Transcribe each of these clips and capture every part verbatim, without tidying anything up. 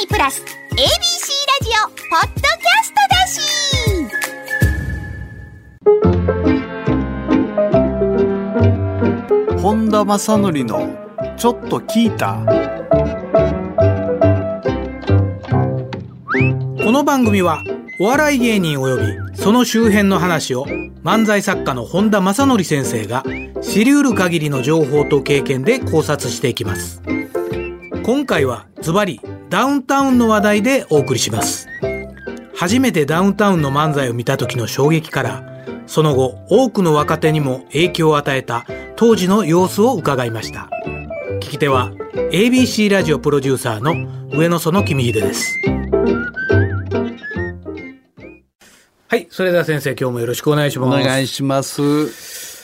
ミプラス エービーシー ラジオポッドキャストだし。本田正則のちょっと聞いた。 この番組はお笑い芸人及びその周辺の話を漫才作家の本田正則先生が知り得る限りの情報と経験で考察していきます。今回はズバリダウンタウンの話題でお送りします。初めてダウンタウンの漫才を見た時の衝撃から、その後多くの若手にも影響を与えた当時の様子を伺いました。聞き手は エービーシー ラジオプロデューサーの上野園公秀です。はい、それでは先生、今日もよろしくお願いします。 お願いします。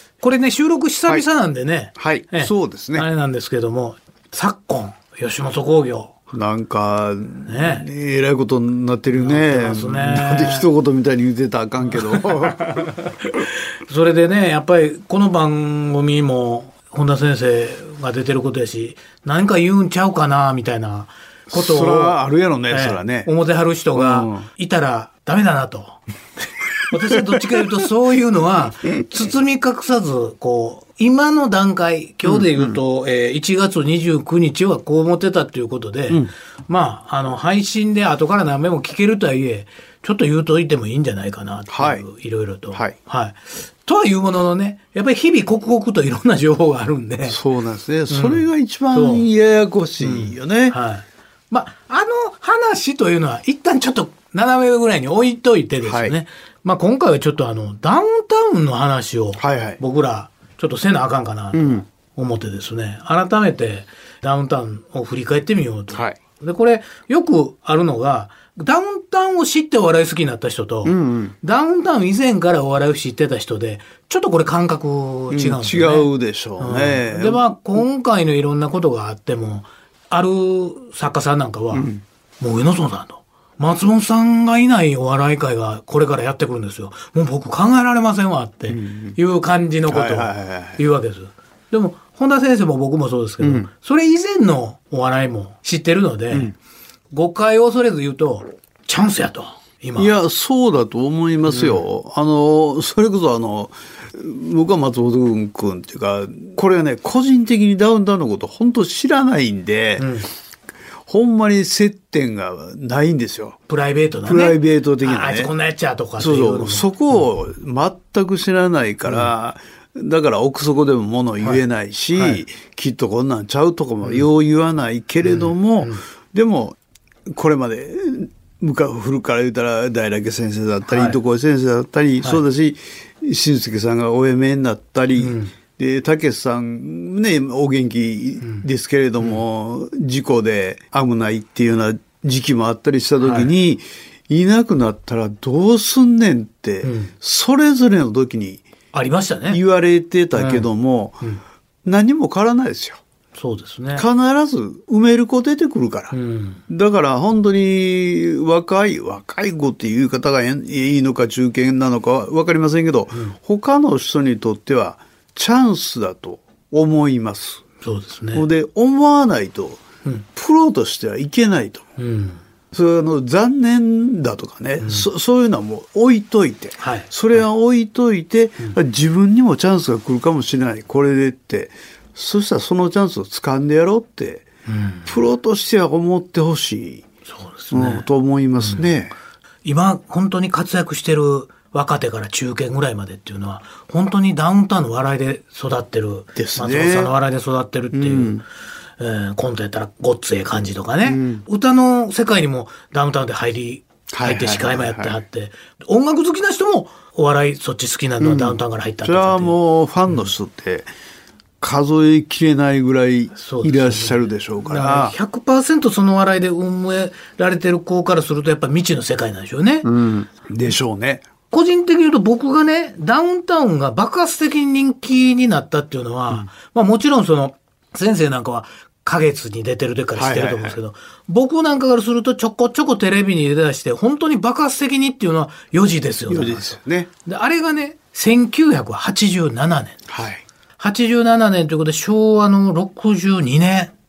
これね、収録久々なんでね、 はい、はい、そうですね。 あれなんですけども、昨今吉本興業なんか、ね、えらいことになってるね。 なってますね。 なんで一言みたいに言ってたらあかんけど。 それでね、やっぱりこの番組も本田先生が出てることやし、何か言うんちゃうかなみたいなことを。 そらあるやろね、えー、そらね。 思ってはる人がいたらダメだなと。私はどっちかというとそういうのは包み隠さず、こう今の段階、今日で言うと、うんうん、えー、いちがつにじゅうくにちはこう思ってたということで、うん、まああの配信で後から何べも聞けるとはいえ、ちょっと言うといてもいいんじゃないかなっていう、はい、いろいろと、はいはい、とはいうもののね、やっぱり日々刻々といろんな情報があるんで、 そうなんですね。それが一番ややこしいよね。 うん、はい。まああの話というのは一旦ちょっと斜めぐらいに置いといてですね。はい、まあ、今回はちょっとあのダウンタウンの話を僕らちょっとせなあかんかなと思ってですね、うん、改めてダウンタウンを振り返ってみようと、はい、でこれよくあるのが、ダウンタウンを知ってお笑い好きになった人と、うんうん、ダウンタウン以前からお笑いを知ってた人でちょっとこれ感覚違うんですよね、 うん、違うでしょうね、 うん、でまあ今回のいろんなことがあっても、ある作家さんなんかは、うん、もう上野園さんと松本さんがいないお笑い界がこれからやってくるんですよ。もう僕考えられませんわっていう感じのことを言うわけです。でも本田先生も僕もそうですけど、うん、それ以前のお笑いも知ってるので、うん、誤解を恐れず言うとチャンスやと今。 いやそうだと思いますよ。うん、あのそれこそあの僕は松本君っていうか、これはね個人的にダウンタウンのこと本当知らないんで。うん、ほんまに接点がないんですよ。 プライベートなね。 プライベート的なね。 あ, あいつこんなやっちゃうとかっていうの。 そうそう。そこを全く知らないから、うん、だから奥底でも物言えないし、はいはい、きっとこんなんちゃうとかもよう言わないけれども、うんうん、でもこれまで古から言ったら大楽先生だったり、糸越先生だったり、はい、そうだし、新助さんがお辞めになったり、うん、でたけしさんねお元気ですけれども、うん、事故で危ないっていうような時期もあったりした時に、はい、いなくなったらどうすんねんって、うん、それぞれの時にありましたね。 言われてたけども、うんうん、何も変わらないですよ。 そうですね。 必ず埋める子出てくるから、うん、だから本当に若い若い子っていう言い方がいいのか中堅なのか分かりませんけど、うん、他の人にとってはチャンスだと思います。 そうですね。 で思わないと、うん、プロとしてはいけないと思う、うん、それはあの残念だとかね、うん、そ, そういうのはもう置いといて、はい、それは置いといて、はい、自分にもチャンスが来るかもしれないこれでって、そしたらそのチャンスを掴んでやろうって、うん、プロとしては思ってほしい、 そうですね、 うん、と思いますね、 うん、今本当に活躍してる若手から中堅ぐらいまでっていうのは本当にダウンタウンの笑いで育ってるですね。松本さんの笑いで育ってるっていう、うんえー、コントやったらごっつええ感じとかね、うん、歌の世界にもダウンタウンで入り入って司会もやってはって、音楽好きな人もお笑いそっち好きなのはダウンタウンから入ったんだって、 うん、それはもうファンの人って数えきれないぐらいいらっしゃるでしょうから、うん、だからひゃくパーセント その笑いで運営られてる子からするとやっぱ未知の世界なんでしょうね、うん、 でしょうね。 個人的に言うと僕がね、ダウンタウンが爆発的に人気になったっていうのは、うん、まあもちろんその先生なんかは花月に出てる時から知ってると思うんですけど、はいはいはい、僕なんかからするとちょこちょこテレビに出だして本当に爆発的にっていうのはよじですよね。 よじですよね。 であれがねせんきゅうひゃくはちじゅうななねん、 はい、 はちじゅうななねんということで昭和のろくじゅうにねんか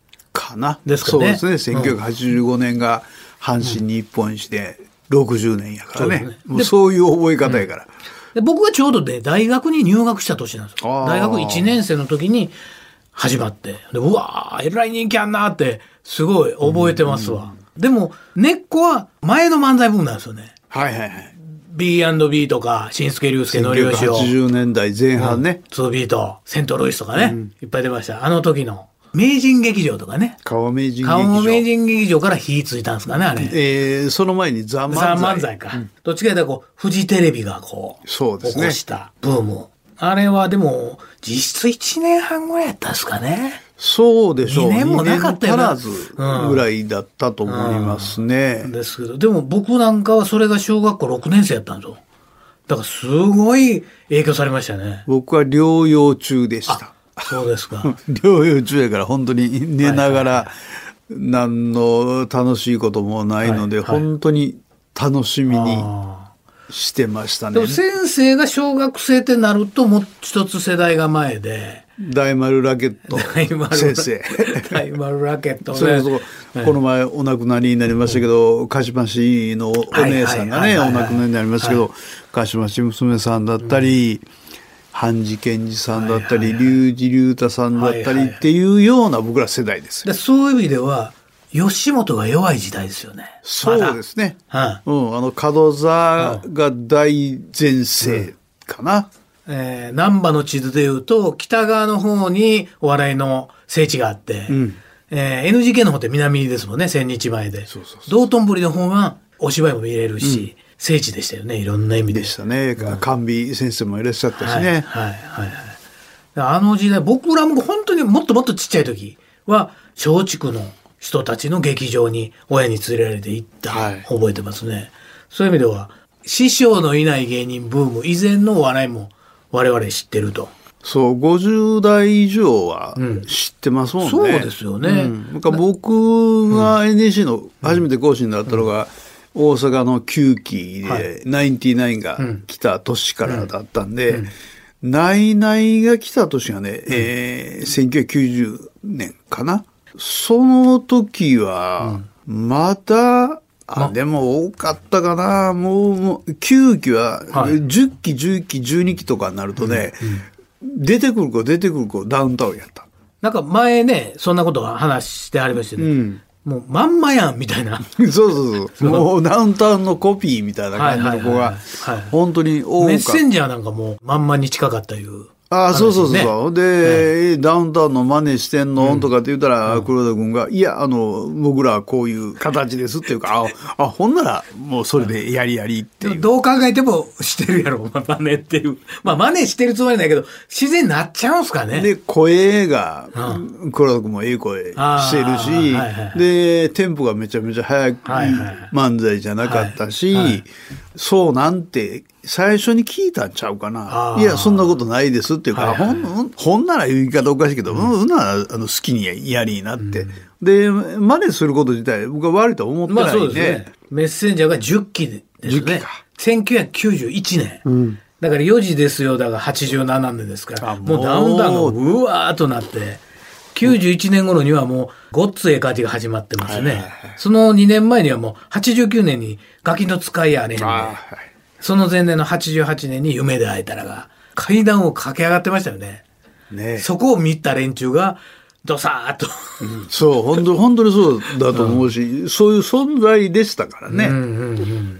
かな。 ですかね。 そうですね。せんきゅうひゃくはちじゅうごねんが阪神日本一でろくじゅうねんやからね。そうですね。もうそういう覚え方やから。うんで僕がちょうどね、大学に入学した年なんですよ。大学いちねん生の時に始まって。でうわー、えらい人気あんなって、すごい覚えてますわ。うん、でも、根っこは前の漫才ブームなんですよね。 はいはいはい。 ビーアンドビー とか、新助竜介のりよしを。 せんきゅうひゃくはちじゅうねんだいぜん半ね。 うん、ツービート、セントルイスとかね、うん、いっぱい出ました。あの時の。名人劇場とかね。 顔名人劇場。 顔名人劇場から火ついたんですかね、あれ。 えー、その前にザ・漫才。 ザ・漫才か。うん、どっちかというとこう、フジテレビがこう、 そうですね。 起こしたブーム。あれはでも、実質いちねんはんぐらいやったんですかね。 そうでしょう。 にねんもなかったよな。 にねん足らずぐらいだったと思いますね。 うんうん、ですけど、でも僕なんかはそれが小学校ろくねん生やったんですよ。だからすごい影響されましたね。 僕は療養中でした。 そうですか。 療養中やから本当に寝ながら何の楽しいこともないので、本当に楽しみにしてましたね。 でも先生が小学生ってなるともう一つ世代が前で。 大丸ラケット先生。 大丸ラケットね。 そうそう。この前お亡くなりになりましたけど、鹿島市のお姉さんがね、お亡くなりになりましたけど、鹿島市娘さんだったり、半次健二さんだったり、龍二龍太さんだったりっていうような僕ら世代です。 でそういう意味では、吉本が弱い時代ですよね。 そうですね。 まうん、あの、門座が大前世かな。 うん、えー、難波の地図でいうと、北側の方にお笑いの聖地があって、うん、えー、エヌジーケー の方って南ですもんね、千日前で。そうそうそう。道頓堀の方がお芝居も見れるし、うん、聖地でしたよね、いろんな意味で。 でしたね。甘美先生もいらっしゃったしね。 はい、はい、はい。あの時代、僕らも本当にもっともっとちっちゃい時は、松竹の人たちの劇場に親に連れられて行った、はい、覚えてますね。そういう意味では、師匠のいない芸人ブーム以前のお笑いも我々知ってると。 そう、ごじゅう代以上は知ってますもんね。 うん、そうですよね。うん、 なんか僕が エヌエイチシー の初めて講師になったのが、うん、大阪のきゅうきで、はい、ナインティナインが来た年からだったんで、うんうん、ナイナイが来た年がね、うん、えー、せんきゅうひゃくきゅうじゅうねんかな。その時は、また、あ、でも多かったかな。もう、もうきゅうきは、じゅっき、じゅういっき、じゅうにきとかになるとね、うんうん、出てくる子、出てくる子、ダウンタウンやった。 なんか前ね、そんなことが話してありましたね。うん、もうまんまやんみたいな。 そうそうそう。もうダウンタウンのコピーみたいな感じの子が、本当に多かった。 メッセンジャーなんかもうまんまに近かったいう。 ああ、そうそうそうそう。で、はい、ダウンタウンの真似してんの、うん、とかって言ったら、黒田君が、いや、あの、僕らはこういう形ですっていうか、あ、あ、ほんなら、もうそれでやりやりっていう。 でもどう考えてもしてるやろ、まあ、真似っていう。まあ、真似してるつもりだけど、自然になっちゃうんすかね。 で、声が、うん、黒田君もええ声してるし、はいはいはい、で、テンポがめちゃめちゃ速い漫才じゃなかったし、はいはいはい、そうなんて、最初に聞いたんちゃうかな。いや、そんなことないですっていうか、はいはいはい、ほん、ほんなら言い方おかしいけど、うん、うんならあの好きにやりなって。うん、で、真似すること自体、僕は悪いと思ってないんで。まあそうですね。 メッセンジャーがじゅっきですね。じゅっきか。せんきゅうひゃくきゅうじゅういちねん。うん、だからよじですよ、だからはちじゅうななねんですから、もうダウンタウンがうわーっとなって、きゅうじゅういちねん頃にはもうごっつええ感じが始まってますね。はいはいはい、そのにねんまえにはもうはちじゅうきゅうねんにガキの使いやあれへんで、その前年のはちじゅうはちねんに夢で会えたらが階段を駆け上がってましたよね。ね、そこを見た連中がドサーッと、 うん、そう本当本当にそうだと思うし、うん、そういう存在でしたからね。うんうんうん、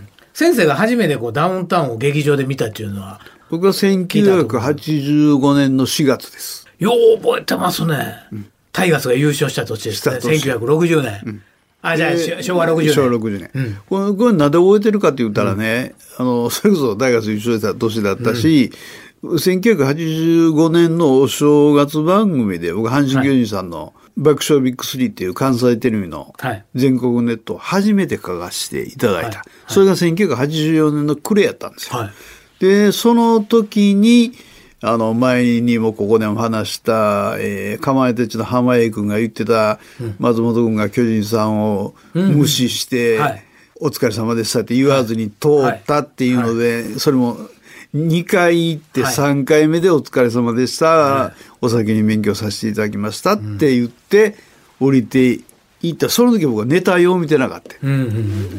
先生が初めてこうダウンタウンを劇場で見たっていうのは僕はせんきゅうひゃくはちじゅうごねんのしがつです。 よう覚えてますね。うん、タイガースが優勝した年ですね。せんきゅうひゃくろくじゅうねん。うんあ、じゃあ、昭和ろくじゅうねん。 昭和ろくじゅうねん。うん、これ、これなんで覚えてるかって言ったらね、うん、あの、それこそ大学優勝した年だったし、うん、せんきゅうひゃくはちじゅうごねんのお正月番組で、僕、阪神巨人さんの爆笑ビッグスリーっていう関西テレビの全国ネットを初めて書かせていただいた。はいはい、それがせんきゅうひゃくはちじゅうよねんの暮れやったんですよ。はい、で、その時に、あの、前にもここでも話した、えー、かまえてちの浜江君が言ってた、うん、松本君が巨人さんを無視して、うんうんはい、お疲れ様でしたって言わずに通ったっていうので、はいはい、それもにかい行ってさんかいめでお疲れ様でした、はい、お先に勉強させていただきましたって言って降りていった。その時僕はネタ用見てなかった、 うんうんうん、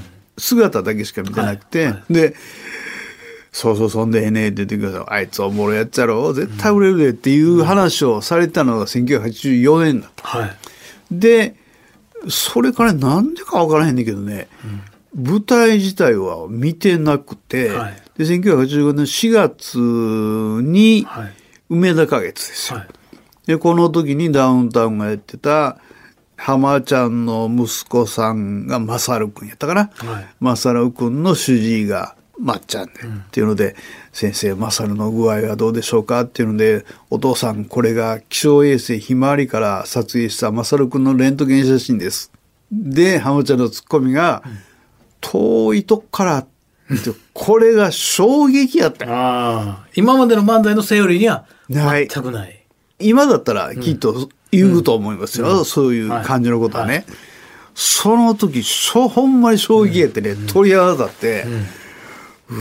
姿だけしか見てなくて、はいはい、でそうそうそんでええね出てください、あいつおもろいやっちゃろ絶対売れるでっていう話をされたのがせんきゅうひゃくはちじゅうよねんだった、はい、でそれからなんでか分からへんねんけどね、うん、舞台自体は見てなくて、はい、でせんきゅうひゃくはちじゅうごねんしがつに梅田花月ですよ、はい、でこの時にダウンタウンがやってた浜ちゃんの息子さんがマサル君やったかな、はい、マサル君の主治医がまっちゃんで、うん、っていうので先生マサルの具合はどうでしょうかっていうのでお父さんこれが気象衛星ひまわりから撮影したマサル君のレントゲン写真ですで浜ちゃんのツッコミが、うん、遠いとこからってこれが衝撃やったあ今までの漫才のセオリーには全くない、はい、 今だったらきっと言うと思いますよ、うん、そういう感じのことはね、はいはい、その時ほんまに衝撃やってね、うん、鳥肌立って、うん、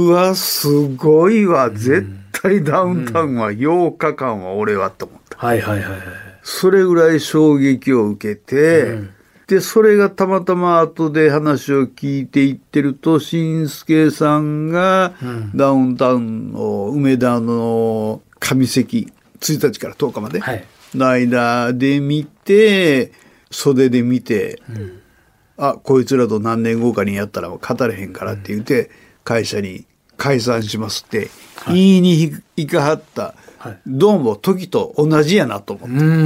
うわすごいわ、うん、絶対ダウンタウンはようかかんは俺はと思った、 はいはいはいはい、 それぐらい衝撃を受けて、うん、でそれがたまたま後で話を聞いていってると新助さんがダウンタウンの梅田の上関ついたちからとおかまで、はいの間で見て袖で見て、うん、あこいつらと何年後かにやったら語れへんからって言って、うん、会社に解散しますって、はい、言いに行かはった、はい、どうも時と同じやなと思って、うんうんうん、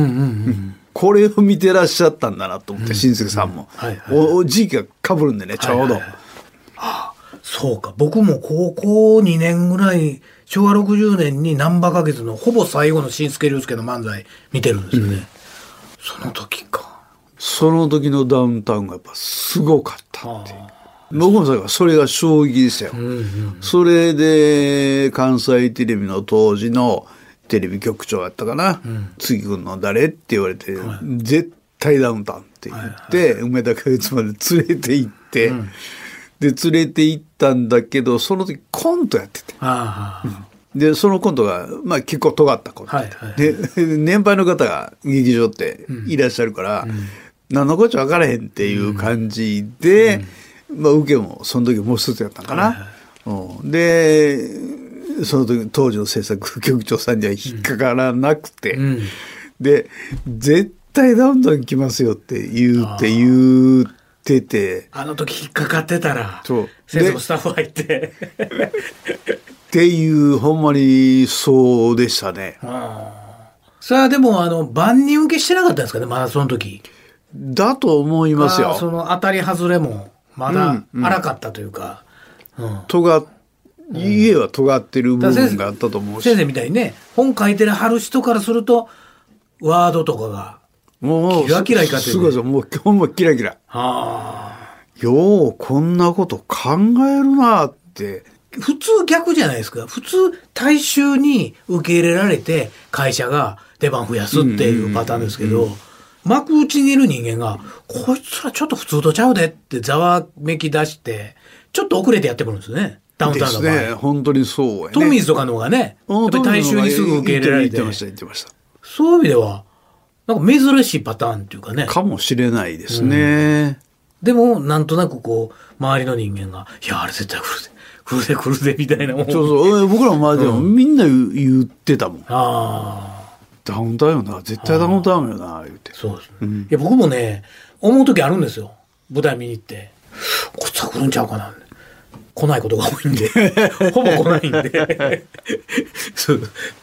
これを見てらっしゃったんだなと思って、うん、親戚さんも、うんはいはいはい、お, お時期がかぶるんでねちょうど、はいはいはい、はあ、そうか僕も高校にねんぐらいしょうわろくじゅうねんに難波花月のほぼ最後の新助竜介の漫才見てるんですよね、うん、その時かその時のダウンタウンがやっぱすごかったって僕もそれが衝撃でしたよ、うんうんうん、それで関西テレビの当時のテレビ局長やったかな、うん、次来るの誰って言われて、はい、絶対ダウンタウンって言って、はいはい、梅田花月まで連れて行って、うんで連れて行ったんだけどその時コントやってて、あうん、でそのコントが、まあ、結構尖ったコント、はいはい、で年配の方が劇場っていらっしゃるから、うん、何のこっちゃ分からへんっていう感じで、うんまあ、受けもその時もう一つやったんかな、はいはいうん、でその時当時の制作局長さんには引っかからなくて、うん、で絶対ダウンタウン来ますよって言うって言うててあの時引っかかってたらそう先生もスタッフ入ってっていうほんまにそうでしたね。 あそれはでもあの万人受けしてなかったんですかねまだその時だと思いますよ。 その当たり外れもまだ荒かったというか、 うんうん、尖家は尖ってる部分があったと思うし先生みたいにね本書いてるはる人からするとワードとかがもうキラキラ光ってる、ね、すごいですよ。もうほんまキラキラ。はあ。ようこんなこと考えるなって。普通逆じゃないですか。普通大衆に受け入れられて会社が出番増やすっていうパターンですけど、うんうんうんうん、幕内にいる人間がこいつらちょっと普通とちゃうでってざわめき出してちょっと遅れてやってくるんですよね。ダウンタウンの場合。ですね。 本当にそうやね。 トミーズとかの方がね、やっぱり大衆にすぐ受け入れられて。 言ってました言ってました。 そういう意味では。なんか珍しいパターンっていうかね。 かもしれないですね。 うん、でも、なんとなくこう、周りの人間が、いや、あれ絶対来るで、来るで来るで、みたいなもん。 そうそう、僕らの周りでもみんな言ってたもん。うん、ああ。 ダウンタウンよな、絶対ダウンタウンよな、言って。 そうですね、うん。いや、僕もね、思う時あるんですよ。舞台見に行って。こいつは来るんちゃうかな。来ないことが多いんで。ほぼ来ないんで。そう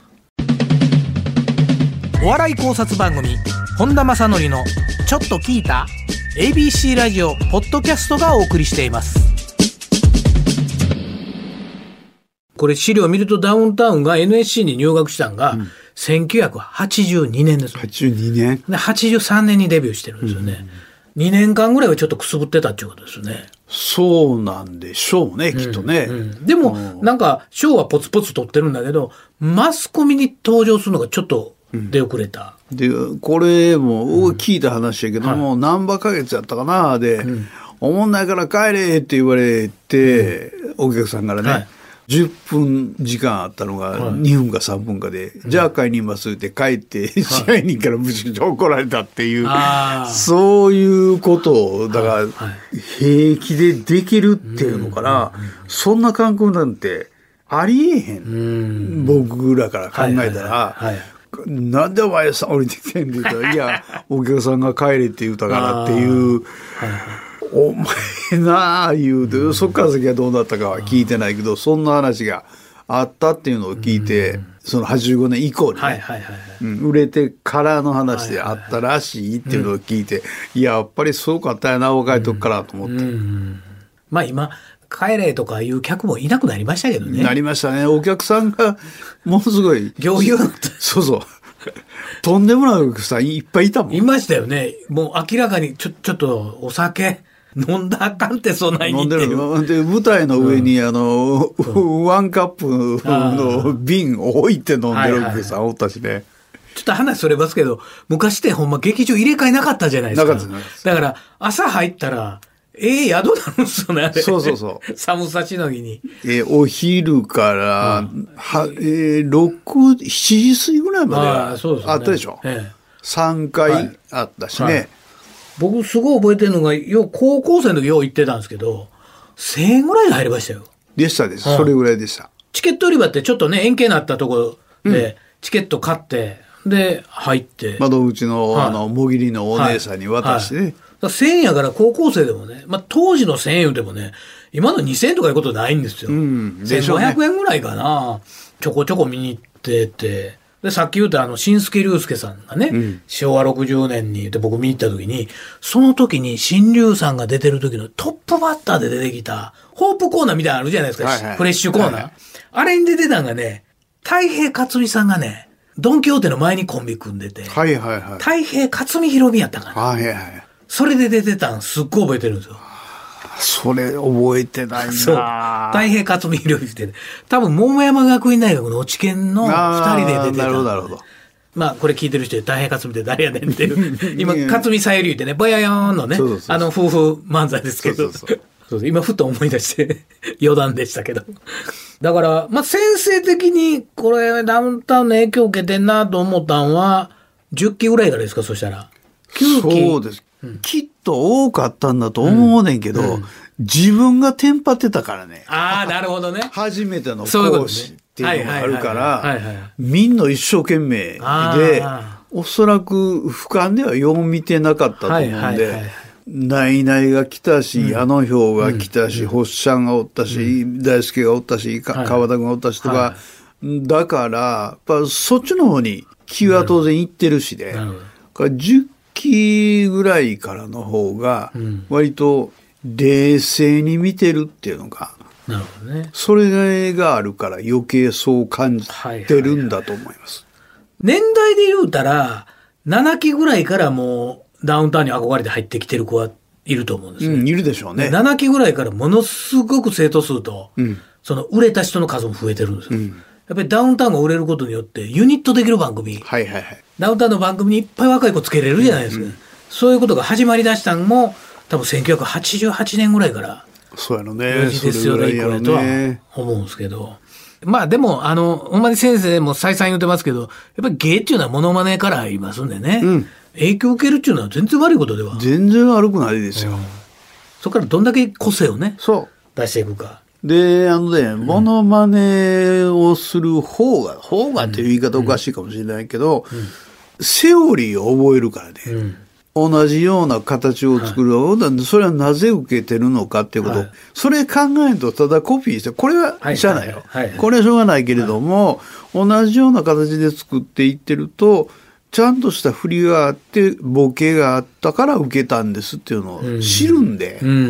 お笑い考察番組本田正則のちょっと聞いた エービーシー ラジオポッドキャストがお送りしています。これ資料を見るとダウンタウンが エヌエスシー に入学したのがせんきゅうひゃくはちじゅうにねんです。 はちじゅうにねんではちじゅうさんねんにデビューしてるんですよね、うん、にねんかんぐらいはちょっとくすぶってたっていうことですよね。 そうなんでしょうね、きっとね、 うんうん、でも、うん、なんか賞はポツポツ取ってるんだけどマスコミに登場するのがちょっと出遅れた、 うん、でこれも聞いた話やけども、うん、難波花月やったかなで、うん、おもんないから帰れって言われて、うん、お客さんからね、はい、 じゅっぷん時間あったのがにふんかさんぷんかで、はい、じゃあ帰りますって帰って支配人からむちゃくちゃ怒られたっていう、はい、そういうことをだから平気でできるっていうのかな、そんな感覚なんてありえへん、僕らから考えたら、はいはいはい、なんでお前さ降りてきてんって言ったらいやお客さんが帰れって言ったからっていう、はいお前なあ言うて、うん、そっから先はどうなったかは聞いてないけど、そんな話があったっていうのを聞いて、うん、そのはちじゅうごねん以降に、ねはいはいはいうん、売れてからの話であったらしいっていうのを聞いて、はいはいはい、いややっぱりすごかったよな若い時からと思って、うんうん、 まあ今帰れとかいう客もいなくなりましたけどね。 なりましたね。お客さんがものすごい行儀がそうそうとんでもないお客さんいっぱいいたもん。 いましたよね。もう明らかにちょちょっとお酒飲んだらあかんってそんなに飲んでるので舞台の上に、うん、あの、うん、ワンカップの瓶を置いて飲んでるお客さんおったしね、はいはい、 ちょっと話それますけど昔ってほんま劇場入れ替えなかったじゃないですか。 なかったです。 だから朝入ったらええ宿なんですよねあれ。 そうそうそう寒さしのぎに、 えー、お昼から、うん、はえー、ろく、しちじ過ぎぐらいまで あ, あったでしょ、ええ、さんかいあったしね、はいはい、 僕すごい覚えてるのがよう高校生の時よう行ってたんですけどせんえんぐらいで入りましたよ。 でしたです、うん、それぐらいでした。 チケット売り場ってちょっとね円形になったところで、うん、チケット買ってで入って窓口の、はい、あのもぎりのお姉さんに渡してね、はいはいせんえんやから高校生でもね、まあ、当時のせんえんでもね今のにせんえんとかいうことないんですよ、うん、せんごひゃくえんぐらいかなちょこちょこ見に行っててでさっき言ったあの新助竜介さんがね、うん、しょうわろくじゅうねんにで僕見に行った時にその時に新竜さんが出てる時のトップバッターで出てきたホープコーナーみたいなのあるじゃないですか、はいはい、フレッシュコーナー、はいはい、あれに出てたんがね太平克美さんがねドンキホーテの前にコンビ組んでて、 はいはいはい、 太平克美ひろみやったかな、 はいはい、 それで出てたんすっごい覚えてるんですよ。 それ覚えてないな。 そう太平克美ひろみって多分桃山学院大学の落研のふたりで出てた。 なるほどなるほど。 まあこれ聞いてる人で太平克美って誰やねんっていう今克美さゆりってねぼやよーんのねそうそうそうあの夫婦漫才ですけどそうそうそうそう今ふと思い出して余談でしたけどだからまあ先生的にこれダウンタウンの影響を受けてんなと思ったんはじゅっきぐらいからですか。そしたらきゅうきそうです、うん、きっと多かったんだと思うねんけど、うんうん、自分がテンパってたからね。 ああなるほどね。 初めての講師っていうのがあるからみんな一生懸命でおそらく俯瞰ではよう見てなかったと思うんで、はいはいはい、ナイナイが来たし、うん、あの表が来たし、うん、ホッシャンがおったし、うん、大輔がおったし、はい、川田君がおったしとか、はい、だからやっぱそっちの方に気は当然いってるしで、じゅっきぐらいからの方が割と冷静に見てるっていうのが、 なるほどね、 それがあるから余計そう感じてるんだと思います、はいはいはい、 年代で言うたらななきぐらいからもうダウンタウンに憧れて入ってきてる子はいると思うんですよ、 うん、いるでしょうね。 ななきぐらいからものすごく生徒数と、うん、その売れた人の数も増えてるんですよ、うん、やっぱりダウンタウンが売れることによってユニットできる番組、 はいはいはい、 ダウンタウンの番組にいっぱい若い子つけれるじゃないですか、うんうん、そういうことが始まりだしたのも多分せんきゅうひゃくはちじゅうはちねんぐらいからそうやろね。 無事ですよね、これとは思うんですけど。まあでも、あの、ほんまに先生も再三言ってますけど、やっぱり芸っていうのはモノマネから入りますんでね。うん、影響を受けるっていうのは全然悪いことでは。 全然悪くないですよ。うん、 そこからどんだけ個性をね、そう出していくか。 で、あのね、うん、モノマネをする方が、方がっていう言い方おかしいかもしれないけど、うんうん、セオリーを覚えるからね。うん同じような形を作る、はい、それはなぜ受けてるのかっていうこと、はい、それ考えるとただコピーしてこれはしゃあないよ、はいはいはいはい、これはしょうがないけれども、はい、同じような形で作っていってるとちゃんとした振りがあってボケがあったから受けたんですっていうのを知るんで、うんうんうん、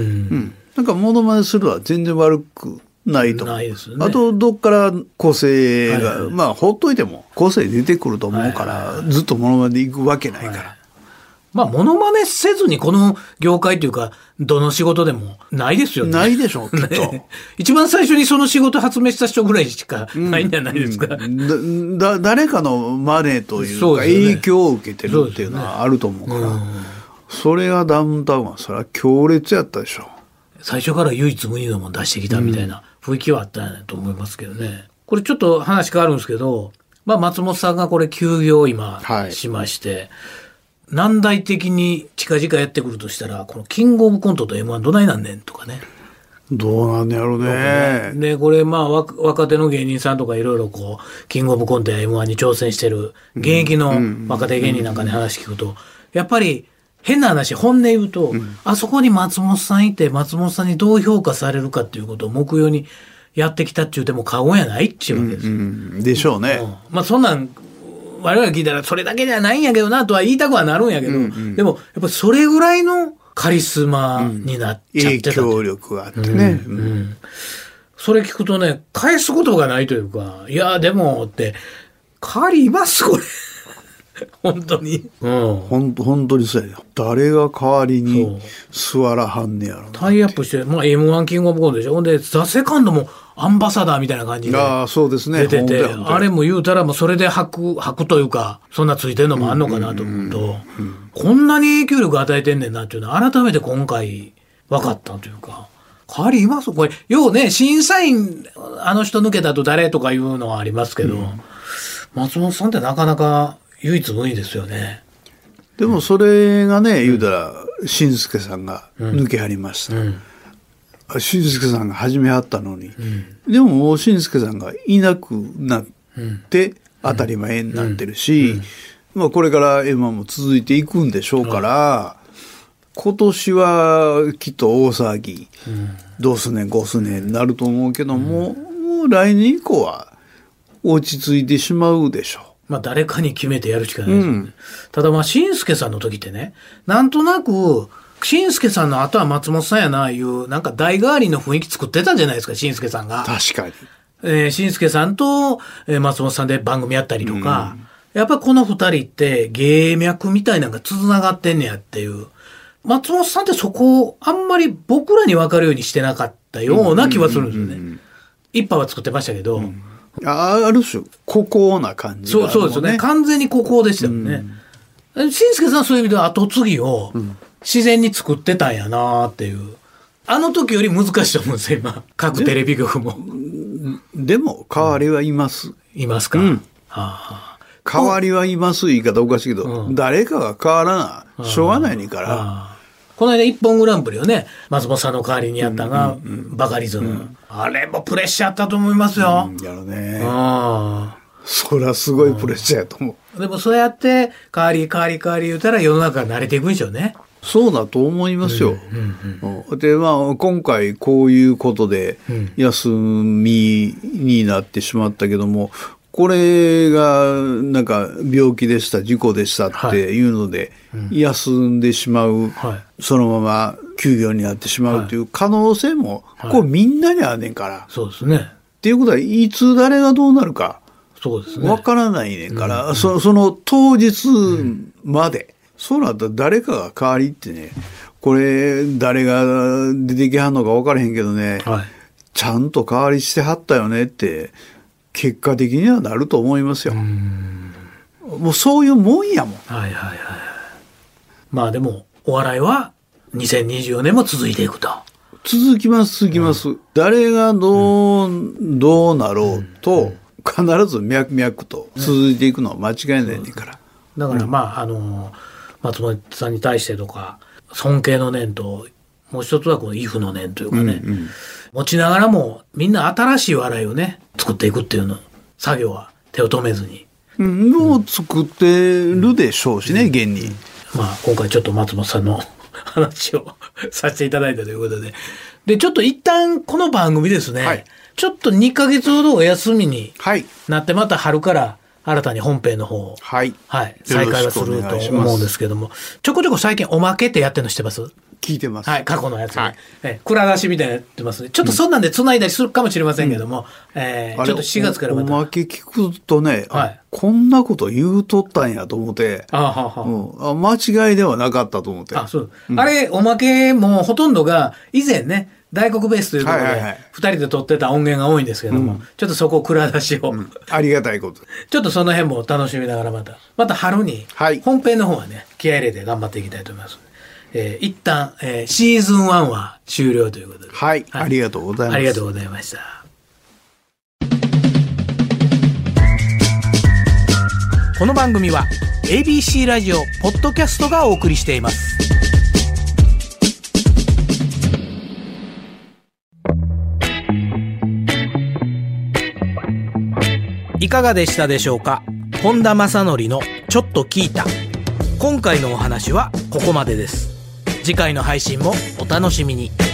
なんかモノマネするのは全然悪くないと思う。ないですよね。あとどっから個性が、はいはい、まあほっといても個性出てくると思うから、はいはいはい、ずっとモノマネでいくわけないから、はいまあ、モノマネせずにこの業界というか、どの仕事でもないですよね。 ないでしょう、きっと。 ね、一番最初にその仕事発明した人ぐらいしかないんじゃないですか。 うんうん、だだ誰かのマネというか、うね、影響を受けてるっていうのはあると思うから、そ, う、ねうん、それがダウンタウンはそれは強烈やったでしょ。 最初から唯一無二のも出してきたみたいな、 雰囲気はあったんやと思いますけどね。これちょっと話変わるんですけど、まあ松本さんがこれ休業を今しまして、はい、難題的に近々やってくるとしたら、このキングオブコントと エムワン どないなんねんとかね。 どうなんやろうね。 で、これまあ若手の芸人さんとかいろいろこう、キングオブコントや エムワン に挑戦してる現役の若手芸人なんかに話聞くと、やっぱり変な話、本音言うと、うん、あそこに松本さんいて、松本さんにどう評価されるかっていうことを目標にやってきたって言うても過言やないっていうわけですよ。うんうん、 でしょうね。 うん、まあそんなん、我々聞いたらそれだけじゃないんやけどなとは言いたくはなるんやけど、うんうん、でもやっぱりそれぐらいのカリスマになっちゃってた、うん、影響力があってね、 うんうん。それ聞くとね、返すことがないというか、いやでもって、代わりいますこれ。本当に。 うん。ほんと、本当にそうや。誰が代わりに座らはんねやろな。 タイアップして、まあ エムワン キングオブコントでしょ。ほんで、ザ・セカンドもアンバサダーみたいな感じで。 ああ、そうですね。 出てて、あれも言うたらもうそれで吐く、吐くというか、そんなついてるのもあんのかなと思うと、こんなに影響力与えてんねんなっていうのは改めて今回分かったというか。代わりいますこれ、ようね、審査員、あの人抜けたと誰とかいうのはありますけど、うん、松本さんってなかなか、唯一無二ですよね。 でもそれがね、言うたら紳助さんが抜けはりました。紳助さんが始めはったのに、うん、でももう紳助さんがいなくなって当たり前になってるし、うんうんまあ、これから エムワン も続いていくんでしょうから、うん、今年はきっと大騒ぎ、うん、どうすねんこうすねんになると思うけども、うん、もう来年以降は落ち着いてしまうでしょう。 まあ誰かに決めてやるしかないですよね。うん、ただまあ、紳助さんの時ってね、なんとなく、紳助さんの後は松本さんやな、いう、なんか代替わりの雰囲気作ってたじゃないですか、紳助さんが。 確かに。 えー、紳助さんと、えー、松本さんで番組やったりとか、うん、やっぱりこの二人って芸脈みたいなのがつながってんねやっていう。松本さんってそこをあんまり僕らに分かるようにしてなかったような気はするんですよね。うんうんうんうん、一派は作ってましたけど、うんある種、孤高な感じが、ね。 そう、そうですよね。完全に孤高でしたよね。うん、紳助さんはそういう意味では後継ぎを自然に作ってたんやなっていう。あの時より難しいと思うんですよ、今。各テレビ局も。 でも、代わりはいます。 いますか。うんはあ、代わりはいます言い方おかしいけど、うん、誰かが変わらな、しょうがないねんから。はあこの間一本グランプリをね、松本さんの代わりにやったのが、バカリズム、うんうん。あれもプレッシャーあったと思いますよ。 うん、やろね。あそりゃすごいプレッシャーやと思う。 うん、でもそうやって、代わり代わり代わり言うたら世の中が慣れていくんでしょうね。 そうだと思いますよ。うんうんうん、で、まあ、今回こういうことで休みになってしまったけども、これがなんか病気でした事故でしたっていうので休んでしまう、はい、そのまま休業になってしまうという可能性もこれみんなにあんねんから、はい、 そうですね。 っていうことはいつ誰がどうなるかそうですねわからないねんから、うんうん、そ, その当日まで、うん、そうなったら誰かが代わりってねこれ誰が出てきはんのか分からへんけどね、はい、ちゃんと代わりしてはったよねって結果的にはなると思いますよ。うんもうそういうもんやもん。 はいはいはい。まあでもお笑いはにせんにじゅうよねんも続いていくと。 続きます続きます。うん、誰がどう、うん、どうなろうと、うん、必ず脈々と続いていくのは間違いないねんから。 だからまああの松本さんに対してとか尊敬の念ともう一つはこの畏怖の念というかね。うんうん持ちながらもみんな新しい笑いをね作っていくっていうの作業は手を止めずに、 うん、もう作ってるでしょうしね、うん、現に、うん、 まあ今回ちょっと松本さんの話をさせていただいたということででちょっと一旦この番組ですね、はい、ちょっとにかげつほどお休みになってまた春から新たに本編の方を、はいはい、再開はすると思うんですけどもちょこちょこ最近おまけってやってるの知ってます聞いてます。 はい、過去のやつね。はい、え蔵出しみたいなやってますね。ちょっとそんなんで繋いだりするかもしれませんけども、うんえー、ちょっとしがつからまた。 おまけ聞くとね、はい、こんなこと言うとったんやと思って、あははうん、間違いではなかったと思って。 あ、そう。うん、あれ、おまけもほとんどが以前ね、大黒ベースということで、二人で撮ってた音源が多いんですけども、うん、ちょっとそこを蔵出しを、うん、 ありがたいこと。 ちょっとその辺も楽しみながらまた、また春に、本編の方はね、気合い入れて頑張っていきたいと思います。 えー、一旦、えー、シーズンワンは終了ということで。 はい。はい、ありがとうございます。 ありがとうございました。この番組は エービーシー ラジオポッドキャストがお送りしています。いかがでしたでしょうか。本田正則のちょっと聞いた。今回のお話はここまでです。次回の配信もお楽しみに。